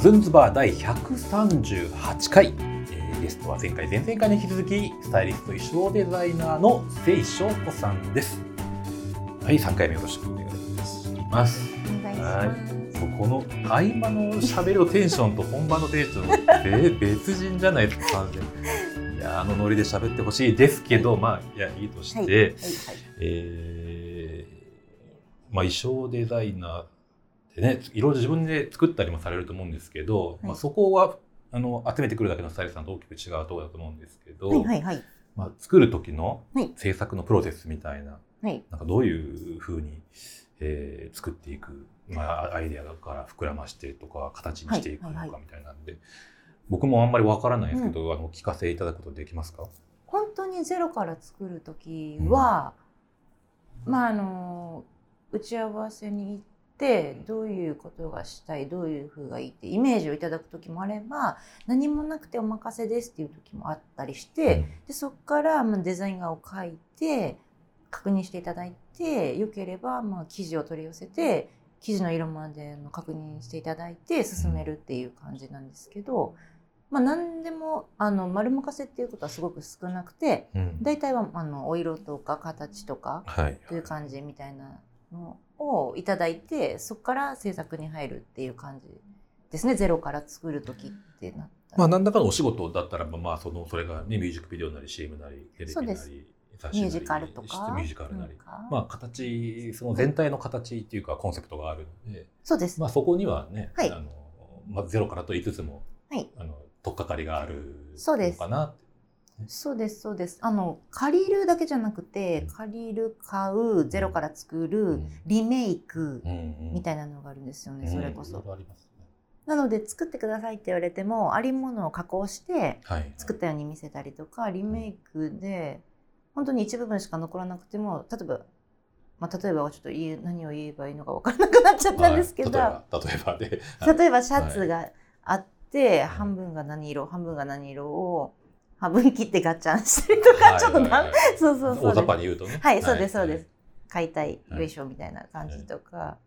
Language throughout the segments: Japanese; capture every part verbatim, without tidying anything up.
ズンズバー第ひゃくさんじゅうはちかい、えー、ゲストは前回前々回に引き続きスタイリスト衣装デザイナーの清翔子さんです。はい、さんかいめよろしくお願いします。 お願いします。 この合間の喋りのテンションと本番のテンションって別人じゃないですか感じでいやあのノリで喋ってほしいですけど、まあいやいいとして、はいはいはい、えー、まあ衣装デザイナーってね、いろいろ自分で作ったりもされると思うんですけど、はい、まあ、そこはあの集めてくるだけのスタイリストさんと大きく違うところだと思うんですけど、はいはいはい、まあ、作る時の制作のプロセスみたいな、はい、なんかどういうふうに、えー、作っていく、まあ、アイデアから膨らましてとか形にしていくのかみたいなんで、はいはいはい、僕もあんまりわからないんですけど、うん、あの聞かせいただくことできますか？ 本当にゼロから作る時は、うん、まああの打ち合わせに行ってでどういうことがしたい、どういう風がいいってイメージをいただく時もあれば、何もなくてお任せですっていう時もあったりして、うん、でそこからまあデザイン画を描いて確認していただいて、よければまあ生地を取り寄せて生地の色までの確認していただいて進めるっていう感じなんですけど、まあ、何でもあの丸任せっていうことはすごく少なくて、うん、大体はあのお色とか形とかという感じみたいなのをいただいて、そこから制作に入るっていう感じですね。ゼロから作る時ってなったら、 まあ、何らかのお仕事だったら、まあ、そのそれが、ね、ミュージックビデオなり シーエム なりテレビなりミュージカルとかミュージカルなり、まあ、形その全体の形っていうかコンセプトがあるので、 そうです、 まあ、そこにはね、はい、あのまあ、ゼロからと言いつつも、はい、あの取っかかりがあるのかなって。 そうですそうです。あの借りるだけじゃなくて、借りる、買う、ゼロから作る、うん、リメイクみたいなのがあるんですよね、うん、それこそ、うん、ありますね。なので作ってくださいって言われてもありものを加工して作ったように見せたりとか、はいはい、リメイクで本当に一部分しか残らなくても、例えば、まあ、例えばちょっと言え何を言えばいいのか分からなくなっちゃったんですけど、 はい、例えば例えばで、 はい、例えばシャツがあって、はい、半分が何色半分が何色を半分切ってガチャンしたりとか、ちょっとなんそうそうそう大雑把に言うとね、 はい、そうですそうです、買いたい衣装みたいな感じとか、はい、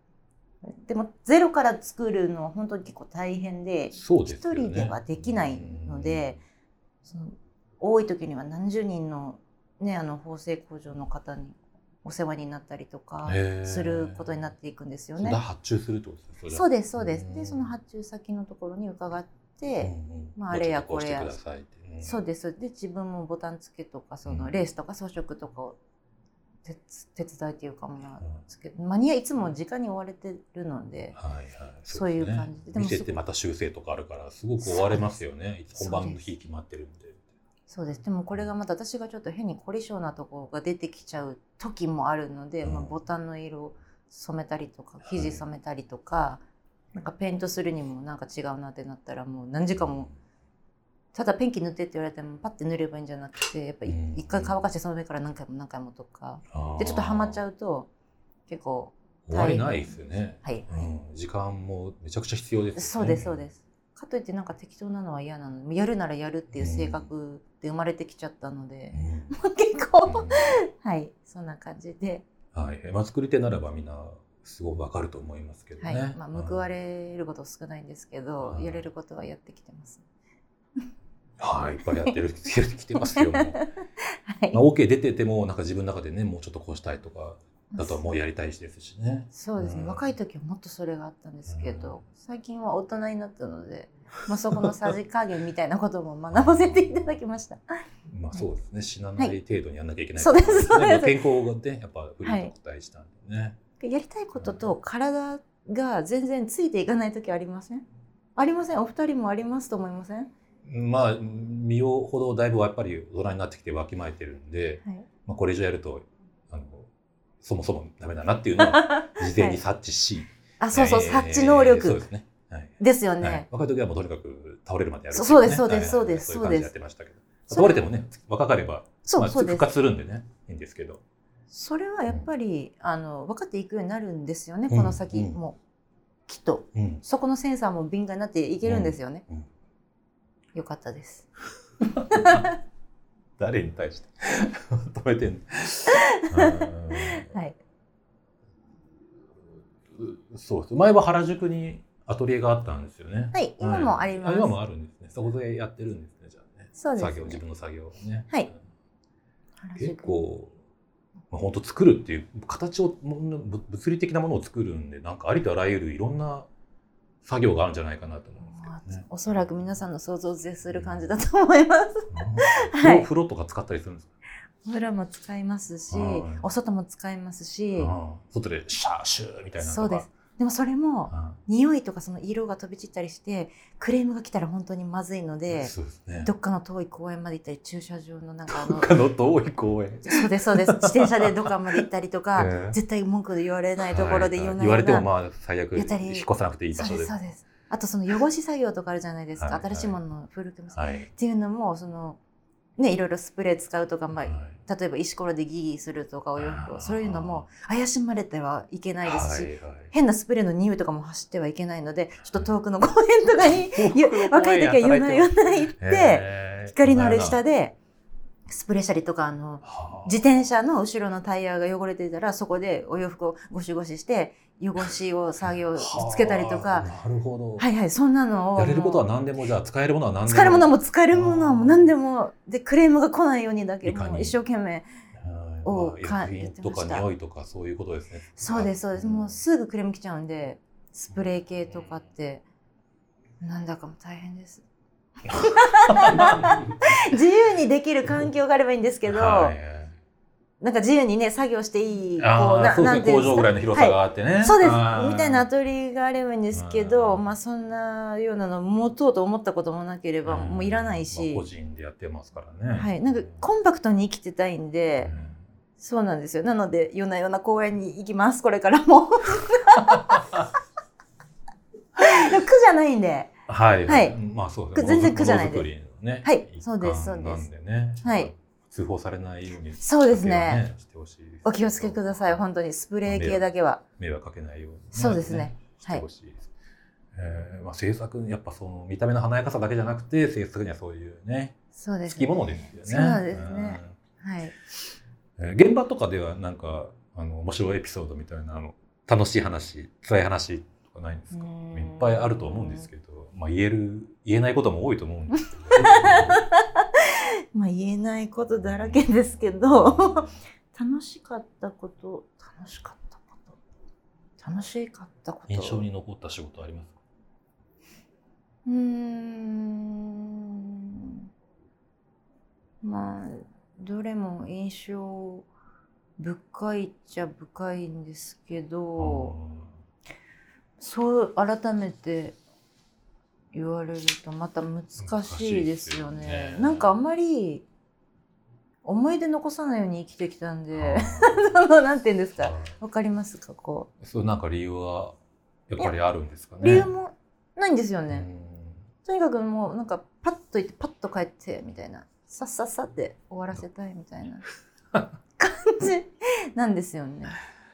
でもゼロから作るのは本当に結構大変で、一人ではできないので、その多い時には何十人のね、あの縫製工場の方にお世話になったりとかすることになっていくんですよね。 発注するってことですか？ そうですそうです。でその発注先のところに伺って、うんうん、まあ、あれやこれや、うん、そうですで自分もボタン付けとかそのレースとか装飾とかを手, 手伝いっていうか、まあつけマニアいつも時間に追われてるので、はいはい、そういう感じで、 でも見せてまた修正とかあるからすごく追われますよね。本番の日決まってるんで。 そうです。でもこれがまた私がちょっと変に凝り性なところが出てきちゃう時もあるので、うん、まあ、ボタンの色を染めたりとか生地染めたりとか、はい、なんかペイントするにもなんか違うなってなったらもう何時間も、ただペンキ塗ってって言われてもパッて塗ればいいんじゃなくて、やっぱり一回乾かしてその上から何回も何回もとか、うん、でちょっとハマっちゃうと結構終わりないですよね。 はい、 うん、時間もめちゃくちゃ必要ですね。 そうですそうです。かといってなんか適当なのは嫌なので、やるならやるっていう性格で生まれてきちゃったので、うん、結構、うん、はいそんな感じで、 はい、まあ、作り手ならばみんなすごくわかると思いますけどね。 はい、まあ、報われること少ないんですけど、やれることはやってきてます。 はい、いっぱいやってるやってきてますよ。はい、まあ、OK 出ててもなんか自分の中でねもうちょっとこうしたいとかだともうやりたいしですしね。 そうですね、うん、若い時はもっとそれがあったんですけど、うん、最近は大人になったので、まあ、そこのさじ加減みたいなことも学ばせていただきました。 まあそうですね、死なない程度にやんなきゃいけない、 はい、そうですそうです。 健康がねやっぱフリーと大事なんでね、 はい、やりたいことと体が全然ついていかない時ありません？ありません？お二人もありますと思いません？ まあ身をほどだいぶやっぱり大人になってきてわきまえてるんで、はい、まあ、これ以上やるとあのそもそもダメだなっていうのは事前に察知し、はい、 あそうそう、えー、察知能力、 そうですね、はい、 ですよね、 はい、若い時はもうとにかく倒れるまでやる、ね、 そうですそうですそうです、 そういう感じでやってましたけど、倒れてもね若かればそう、まあ、復活するんでねいいんですけど、 それはやっぱり、うん、あの分かっていくようになるんですよね、この先、うん、もうきっと、うん、そこのセンサーも敏感になっていけるんですよね、うんうん、よかったです誰に対して止めてんのはい、そうです。前は原宿にアトリエがあったんですよね。 はい、今もあります。 はい、今もあるんですね。そこでやってるんですね、じゃあね。 そうですね。 作業、自分の作業をね。 はい。 結構、まあ、本当作るっていう形を物理的なものを作るんで、なんかありとあらゆるいろんな作業があるんじゃないかなと思うんですけどね。 おそらく皆さんの想像を絶する感じだと思います。 うん、はい。風呂とか使ったりするんですか？ お風呂も使いますし、お外も使いますし、 外でシャーシューみたいなのとか。 そうです。でもそれも匂いとかその色が飛び散ったりしてクレームが来たら本当にまずいので、そうですね、どっかの遠い公園まで行ったり、駐車場のなんかあのどっかの遠い公園、 そうですそうです、自転車でどっかまで行ったりとか、えー、絶対文句で言われないところで言わないような、 言われてもまあ最悪引っ越さなくていい場所で、 そうです。あとその汚し作業とかあるじゃないですか、はい、新しいものの古くも、はい、っていうのもそのね、いろいろスプレー使うとか、まあ、はい、例えば石ころでギギするとかお洋服、そういうのも怪しまれてはいけないですし、はいはい、変なスプレーの匂いとかも走ってはいけないので、ちょっと遠くの公園とかに若い時は夜な夜な行って光のある下でスプレーしたりとか、あの自転車の後ろのタイヤが汚れていたらそこでお洋服をゴシゴシして汚しを作業つけたりとか、 なるほど、 はいはい、そんなのをやれることは何でも、じゃあ使えるものは何でも、 使えるものも使えるものはもう何でもで、クレームが来ないようにだけもう一生懸命をか言ってました。とか匂いとかそういうことですね。 そうですそうです。もうすぐクレーム来ちゃうんで、スプレー系とかってなんだかも大変です。自由にできる環境があればいいんですけど、はい、なんか自由にね作業していい、こうな、そうですね、工場ぐらいの広さがあってね、はい、 そうですみたいなアトリエがあればいいんですけど、まあそんなようなの持とうと思ったこともなければもういらないし、 まあ、個人でやってますからね、 はい、なんかコンパクトに生きてたいんで、うん、そうなんですよ。なので夜な夜な公園に行きます、これからも。苦じゃないんで、 はい、 はい、 まあそうですね、 全然苦じゃないんで。ね、 はい、そうですそうです。 ね、 はい。 通報されないように、 そうですね。お気をつけください。本当にスプレー系だけは迷惑かけないように、ね、 そうですね。 してほしいです。はい、えー、まあ制作やっぱその見た目の華やかさだけじゃなくて制作にはそういうね、 そうです、 つきものですよね。そうですね。はい。 えー、現場とかではなんかあの面白いエピソードみたいなあの楽しい話、辛い話とかないんですか？いっぱいあると思うんですけど、まあ言える言えないことも多いと思うんですけど。 まあ言えないことだらけですけど楽しかったこと楽しかったこと楽しかったこと印象に残った仕事ありますか？ うーんまあどれも印象深いっちゃ深いんですけど、そう改めて言われるとまた難しいですよね。よね、なんかあんまり思い出残さないように生きてきたんで、そのなんていうんですか、わかりますか、こう。そうなんか理由はやっぱりあるんですかね。 理由もないんですよね。とにかくもうなんかパッと行ってパッと帰ってみたいな、さっさっさって終わらせたいみたいな感じなんですよね。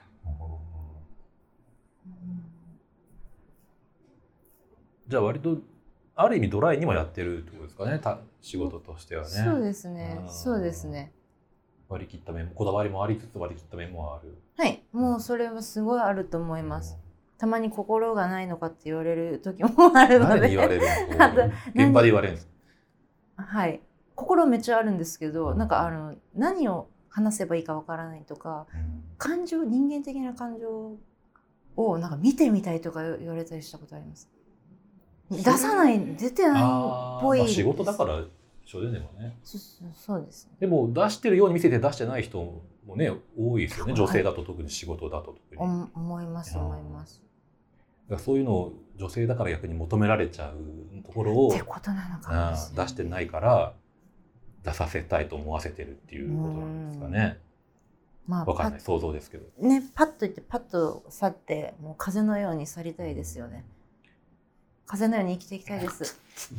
じゃあ割とある意味ドライにもやってるってことですかね、た仕事としてはね。 そうですね、そうですね。 割り切った面もこだわりもありつつ割り切った面もある。 はい、もうそれはすごいあると思います。たまに心がないのかって言われる時もあるので。 誰に言われるの？現場で言われるんですか？ はい、心めっちゃあるんですけど、なんかあの何を話せばいいかわからないとか、うん、感情人間的な感情をなんか見てみたいとか言われたりしたことあります。出さない出てないっぽい、 まあ、仕事だから一緒でもね。 そうそうそうです、ね、 でも出してるように見せて出してない人もね多いですよね。女性だと特に仕事だと特に思います思います。 だからそういうのを女性だから逆に求められちゃうところをってことなのかもしれない。 出してないから出させたいと思わせてるっていうことなんですかね。まあ、わかんない想像ですけどね。パッと言ってパッと去ってもう風のように去りたいですよね。風のように生きていきたいです。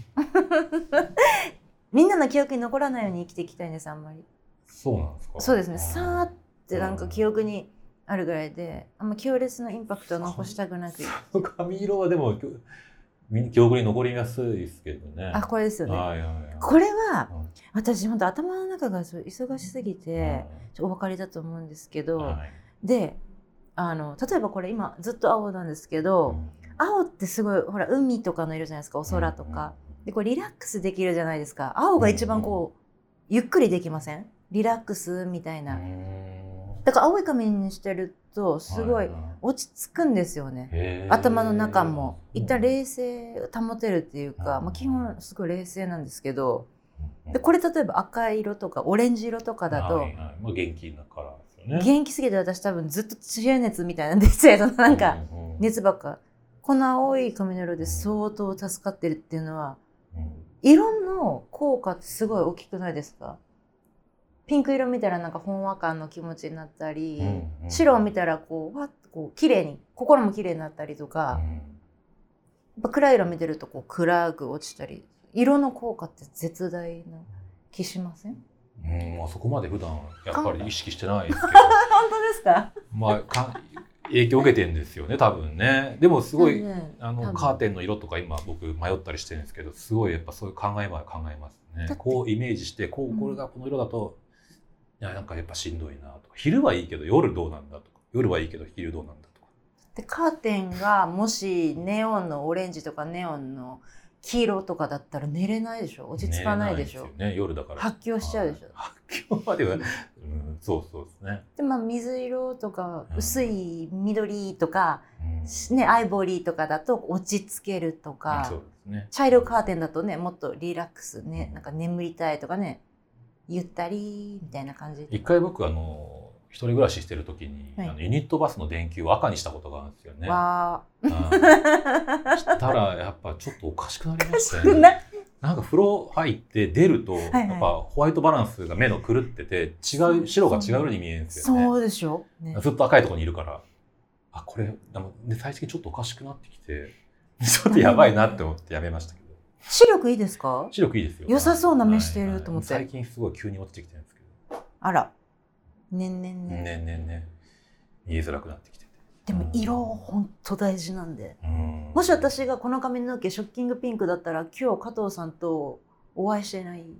みんなの記憶に残らないように生きていきたいんです。あんまり。 そうなんですか。 そうですね。さーってなんか記憶にあるぐらいで、あんま強烈なインパクトを残したくなく。 髪色はでも記憶に残りやすいですけどね。 あ、これですよね。 はいはいはい、 これは、うん、私本当頭の中が忙しすぎて、うん、お分かりだと思うんですけど、はい、で、あの例えばこれ今ずっと青なんですけど。うん、 青ってすごいほら海とかの色じゃないですか、お空とか、うんうん、でこうリラックスできるじゃないですか。青が一番こう、うん、ゆっくりできません？リラックスみたいな。だから青い髪にしてるとすごい落ち着くんですよね。頭の中も一旦冷静保てるっていうか、まあ、基本すごい冷静なんですけど、でこれ例えば赤色とかオレンジ色とかだと、はいはい、 まあ、元気なカラーですよね。 元気すぎて私多分ずっと知恵熱みたいなんですよ。なんか熱ばっか。この青い髪の色で相当助かってるっていうのは、色の効果ってすごい大きくないですか？ピンク色見たらなんかほんわかの気持ちになったり、うんうん、白を見たらこうわっとこう綺麗に心も綺麗になったりとか、うん、やっぱ暗い色見てるとこう暗く落ちたり、色の効果って絶大な気しません？ うん、まあ、そこまで普段やっぱり意識してないですけど本当ですか？ まあか影響を受けてるんですよね多分ね。でもすごい、ね、あのカーテンの色とか今僕迷ったりしてるんですけど、すごいやっぱそういう考えは考えますね。こうイメージしてこうこれがこの色だと、うん、いやなんかやっぱしんどいなとか、昼はいいけど夜どうなんだとか、夜はいいけど昼どうなんだとか。 でカーテンがもしネオンのオレンジとかネオンの黄色とかだったら寝れないでしょ、落ち着かないでしょ。 寝れないですよね、夜だから発狂しちゃうでしょ。 発狂までは、うん、そうそうですね。 でまあ水色とか薄い緑とか、うん、ね、アイボリーとかだと落ち着けるとか、そうですね、茶色カーテンだとねもっとリラックスね、なんか眠りたいとかね、ゆったりみたいな感じ。 一回僕あの一人暮らししてる時に、はい、あのユニットバスの電球を赤にしたことがあるんですよね。わーしたらやっぱちょっとおかしくなりましたね。なんか風呂入って出ると、はいはい、やっぱホワイトバランスが目の狂ってて違う白が違う色に見えるんですよね。 そうでしょ、ね、 ずっと赤いところにいるから、あこれで最終的にちょっとおかしくなってきてちょっとやばいなって思ってやめましたけど。 視力いいですか？視力いいですよ。 良さそうな目してると思って、 はいはい、最近すごい急に落ちてきてるんですけど。 あら年々ね年々ね見えづらくなってきてて、 でも色本当大事なんで、うん、もし私がこの髪の毛ショッキングピンクだったら今日加藤さんとお会いしてない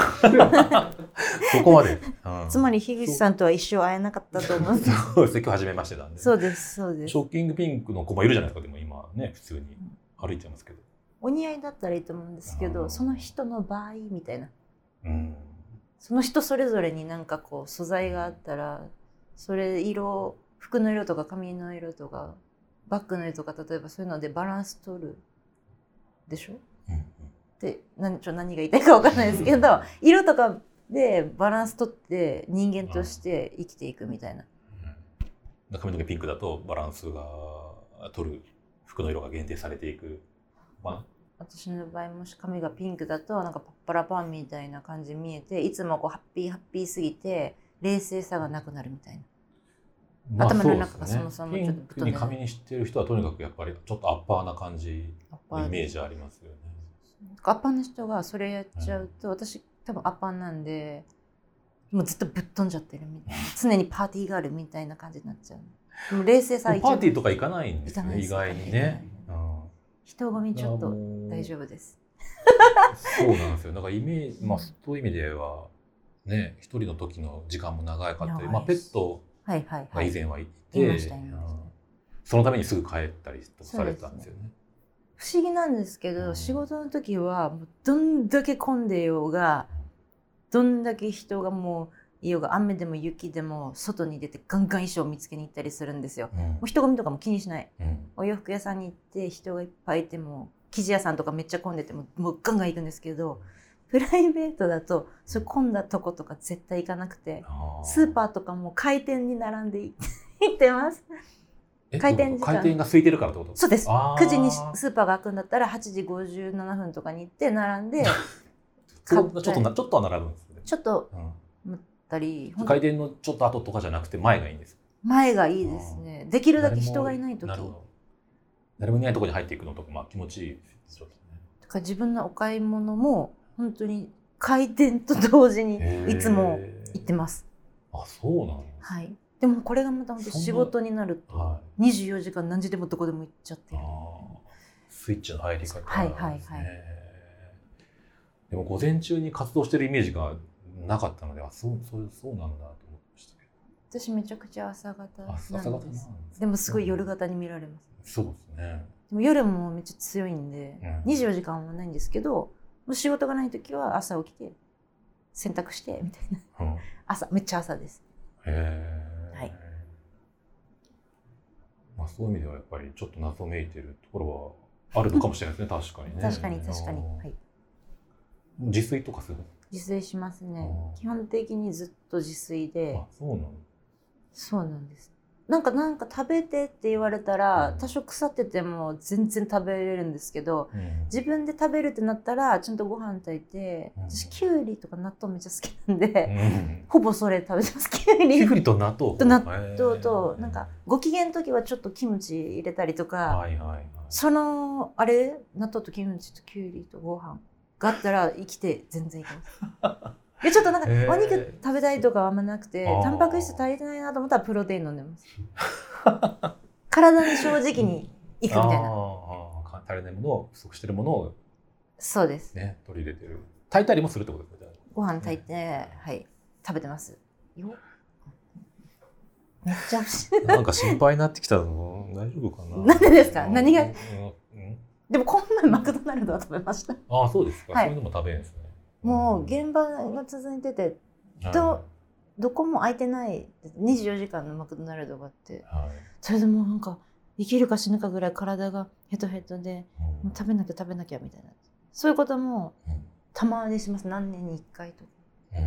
そこまで、 うん、つまり樋口さんとは一生会えなかったと思うんです。 そうですね、今日初めましてなんで。 そうですそうです。 ショッキングピンクの子もいるじゃないですか。でも今ね普通に歩いてますけど、 お似合いだったらいいと思うんですけど、その人の場合みたいな、うん、その人それぞれになんかこう素材があったら、それ色、服の色とか髪の色とかバッグの色とか、例えばそういうのでバランス取るでしょ、うんうん、で何ちょ何が言いたいか分からないですけど色とかでバランス取って人間として生きていくみたいな、 うん、髪の毛ピンクだとバランスが取る服の色が限定されていく、まあ私の場合もし髪がピンクだとなんかパッパラパンみたいな感じに見えて、いつもこうハッピーハッピーすぎて冷静さがなくなるみたいな、まあ、頭の中がそもそもちょっとぶっ飛んでる。 ピンクに髪にしてる人はとにかくやっぱりちょっとアッパーな感じのイメージありますよね。 アッパーの人がそれやっちゃうと、うん、私多分アッパーなんでもうずっとぶっ飛んじゃってるみたいな、常にパーティーがあるみたいな感じになっちゃう。でも冷静さはパーティーとか行かないんですね、意外にね。 人混みちょっと大丈夫です。 そうなんですよ。だからイメージ、まあそういう意味ではね、一人の時の時間も長かったり、まあペットが以前はいて、はいはいはい、そのためにすぐ帰ったりとされてたんですよね。 不思議なんですけど、うん、仕事の時はもうどんだけ混んでようが、どんだけ人がもういようが、雨でも雪でも外に出てガンガン衣装を見つけに行ったりするんですよ。うん、もう人混みとかも気にしない、うん、お洋服屋さんに行って人がいっぱいいても、生地屋さんとかめっちゃ混んでてももうガンガン行くんですけど、プライベートだとそう混んだとことか絶対行かなくて、スーパーとかも開店に並んで行ってます。 開店時間、開店が空いてるからってこと？ そうです。くじにスーパーが開くんだったらはちじごじゅうななふんとかに行って並んでちょっとちょっとは並ぶんですね。 ちょっと待ったり、 うん、開店のちょっと後とかじゃなくて前がいいんです。 前がいいですね。できるだけ人がいない時。 なるほど。誰もいないところに入っていくのとか、まあ、気持ちいいですよね。 だから自分のお買い物も本当に開店と同時にいつも行ってます。 あ、そうなんです。 はい。でもこれがまた本当仕事になるとにじゅうよじかん何時でもどこでも行っちゃってる。 スイッチの入り方ですね。 はいはいはい。 でも午前中に活動してるイメージがなかったので、あ、そうそうそうなんだと思いましたけど。 私めちゃくちゃ朝方なんです。 朝方なんです。 でもすごい夜型に見られます。 そうですね。 でも夜もめっちゃ強いんで、 うん、 にじゅうよじかんはないんですけど、もう仕事がない時は朝起きて洗濯してみたいな、うん、朝めっちゃ朝です。 へー、 はい。 まあ、そういう意味ではやっぱりちょっと謎めいてるところはあるのかもしれないですね、確かにね。 確かに確かに、はい。 自炊とかする？ 自炊しますね。基本的にずっと自炊で。 あ、そうなの？ そうなんです。なんかなんか食べてって言われたら、うん、多少腐ってても全然食べれるんですけど、うん、自分で食べるってなったらちゃんとご飯炊いて、うん、私キュウリとか納豆めっちゃ好きなんで、うん、ほぼそれ食べてます。キュウリキュウリと納豆と納豆となんかご機嫌の時はちょっとキムチ入れたりとか、 はいはいはい、 そのあれ納豆とキムチとキュウリとご飯があったら生きて全然いけます。でちょっとなんかお肉食べたいとかはあんまなくて、タンパク質足りてないなと思ったらプロテイン飲んでます。体に正直にいくみたいな。 ああ、足りないものを不足してるものを、 そうです。 ね、取り入れてる。炊いたりもするってことですか？ ご飯炊いて、ね、はい食べてますよ。めっちゃなんか心配になってきたの大丈夫かな。 なんでですか？何が？うん、でもこの前マクドナルドは食べました。 ああ、そうですか。はい、そういうのも食べるんですね。 もう現場が続いてて、どどこも空いてないにじゅうよじかんのマクドナルドがあって、はい、それでもうなんか生きるか死ぬかぐらい体がヘトヘトで、うん、もう食べなきゃ食べなきゃみたいな、そういうこともたまにします。何年にいっかいとか、うん、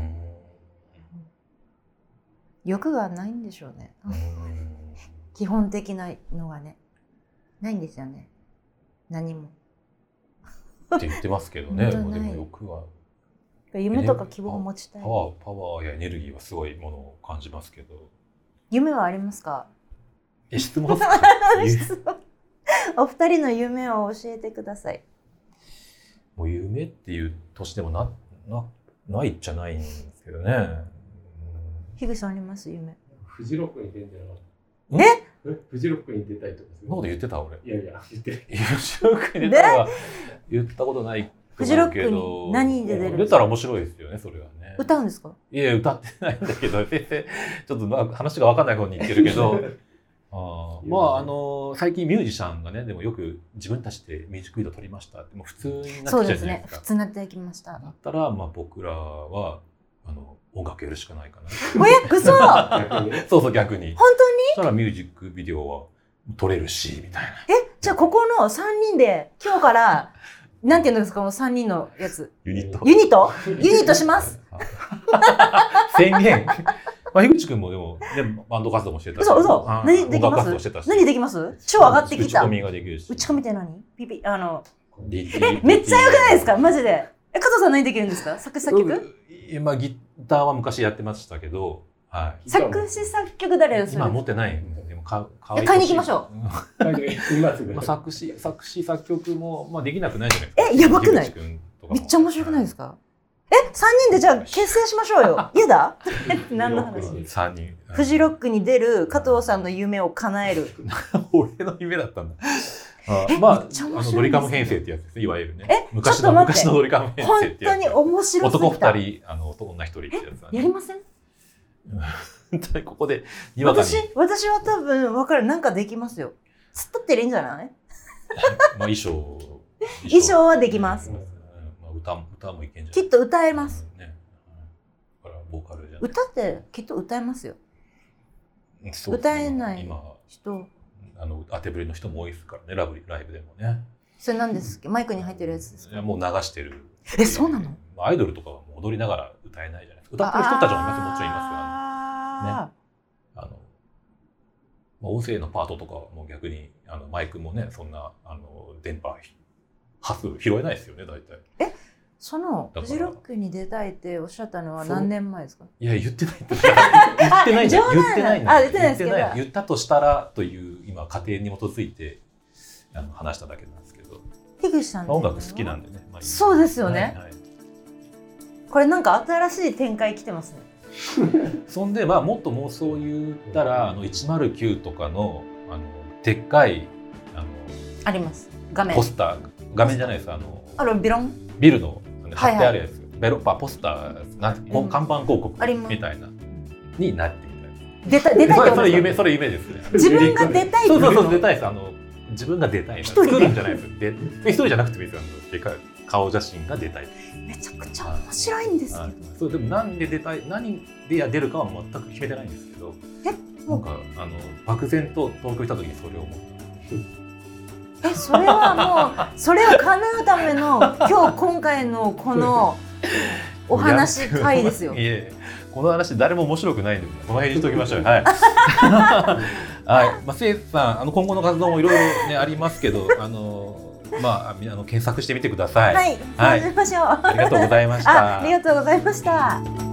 欲がないんでしょうね。うん、基本的なのがねないんですよね。何もって言ってますけどね。でも欲は夢とか希望を持ちたい。 パワー、パワーやエネルギーはすごいものを感じますけど。 夢はありますか？ え、質問ですか？ お二人の夢を教えてください。 もう夢っていう年でもな、な、ないっちゃないんですけどね。 樋口さんあります夢？ フジロックに出るんじゃなかった？え？フジロックに出たいとかそんなこと言ってた俺。 いやいや言ってない。 フジロックに出たは言ったことない。 フジロックに何で出るんですか？ 出たら面白いですよね、それはね。 歌うんですか？ いや、歌ってないんだけど、先生、ちょっとまあ話が分かんない方に言ってるけど、あまあ、あの、最近ミュージシャンがね、でもよく自分たちでミュージックビデオ撮りましたって、もう普通になってきちゃうじゃないですか。そうですね、 普通になってきました。 だったら、まあ僕らは、あの、音楽やるしかないかな。 え、嘘そうそう、逆に。 本当に？ そしたらミュージックビデオは撮れるし、みたいな。 え、じゃあここのさんにんで、今日から、なんていうんですか、もうさんにんのやつ。 ユニット。 ユニットユニットします。 宣言。まあ、樋口くんもでも、ね、バンド活動もしてたし。 嘘嘘。何できます？何できます？超上がってきた。 打ち込みができるし。 打ち込みって何？ピピ、あの、え、めっちゃ良くないですか？マジで。え、加藤さん何できるんですか？作詞作曲？ まあ、ギターは昔やってましたけど、はい。 作詞作曲誰ですか？ 今持ってない。でも買い買いに行きましょう。 まあ、作詞作詞作曲もまあできなくないじゃないですか。 え、やばくない？めっちゃ面白くないですか？え、さんにんでじゃあ結成しましょうよ。嫌だ？何の話？さんにん。フジロックに出る加藤さんの夢を叶える。 俺の夢だったんだ。あまあ、あのドリカム編成ってやつですね、いわゆるね。 え、 昔の昔のドリカム編成ってやつ。 本当に面白すぎた。 男二人、あの女一人ってやつ。 やりません？ 本当にここでにわかに。私私は多分分かる、なんかできますよ。つったっていいんじゃない？ まあ衣装衣装はできます。 まあ歌も歌もいけんじゃない？ きっと歌えます。 ね。だからボーカルじゃない。 歌ってきっと歌えますよ。歌えない人。 あの当てぶりの人も多いですからね、ラブライブでもね。 それなんですっけ？マイクに入ってるやつですか？ いやもう流してる。 え、そうなの？ アイドルとかはもう踊りながら歌えないじゃないですか。歌ってる人たちもいますよ、もちろんいますよ。ね。あの、まあ、音声のパートとかも逆にあのマイクもね、そんなあの電波波数拾えないですよね、大体。 え、そのフジロックに出たいっておっしゃったのは何年前ですか？ いや言ってないって言ってないんだよ。言ってないんだよ。 あ、言ってないですけど。 言ったとしたらという今過程に基づいてあの話しただけなんですけど。 樋口さん音楽好きなんでね。 まあ、そうですよね。はいはい、これなんか新しい展開来てますね。 そんでまあもっともうそう言ったらあのいちまるきゅうとかのあのでっかいあのあります。画面。 ポスター画面じゃないですか、あのあのビロンビルの貼ってあるやつ、はいはい、ベロパポスターなんて、うん、看板広告みたいなになってみたい。 出た出たいってことですか？ それ夢それ夢ですね。 自分が出たい。 そうそうそう出たいです。あの自分が出たいな、 一人で作るんじゃないですよ。で一人じゃなくてもいいですよ。あのでかい顔写真が出たい。 めちゃくちゃ面白いんですけど、 はい、そうでも何で出たい、何でや出るかは全く決めてないんですけど、 えなんかあの漠然と東京来た時にそれを思った。 えそれはもうそれを叶うための今日今回のこのお話会ですよ。 いえ、この話誰も面白くないんでこの辺にしておきましょう。はい。はい、まあ、せいさん、あの今後の活動もいろいろねありますけど、あのまああの検索してみてください。 はい、 はい、 そうしましょう。 ありがとうございました。 あ、ありがとうございました。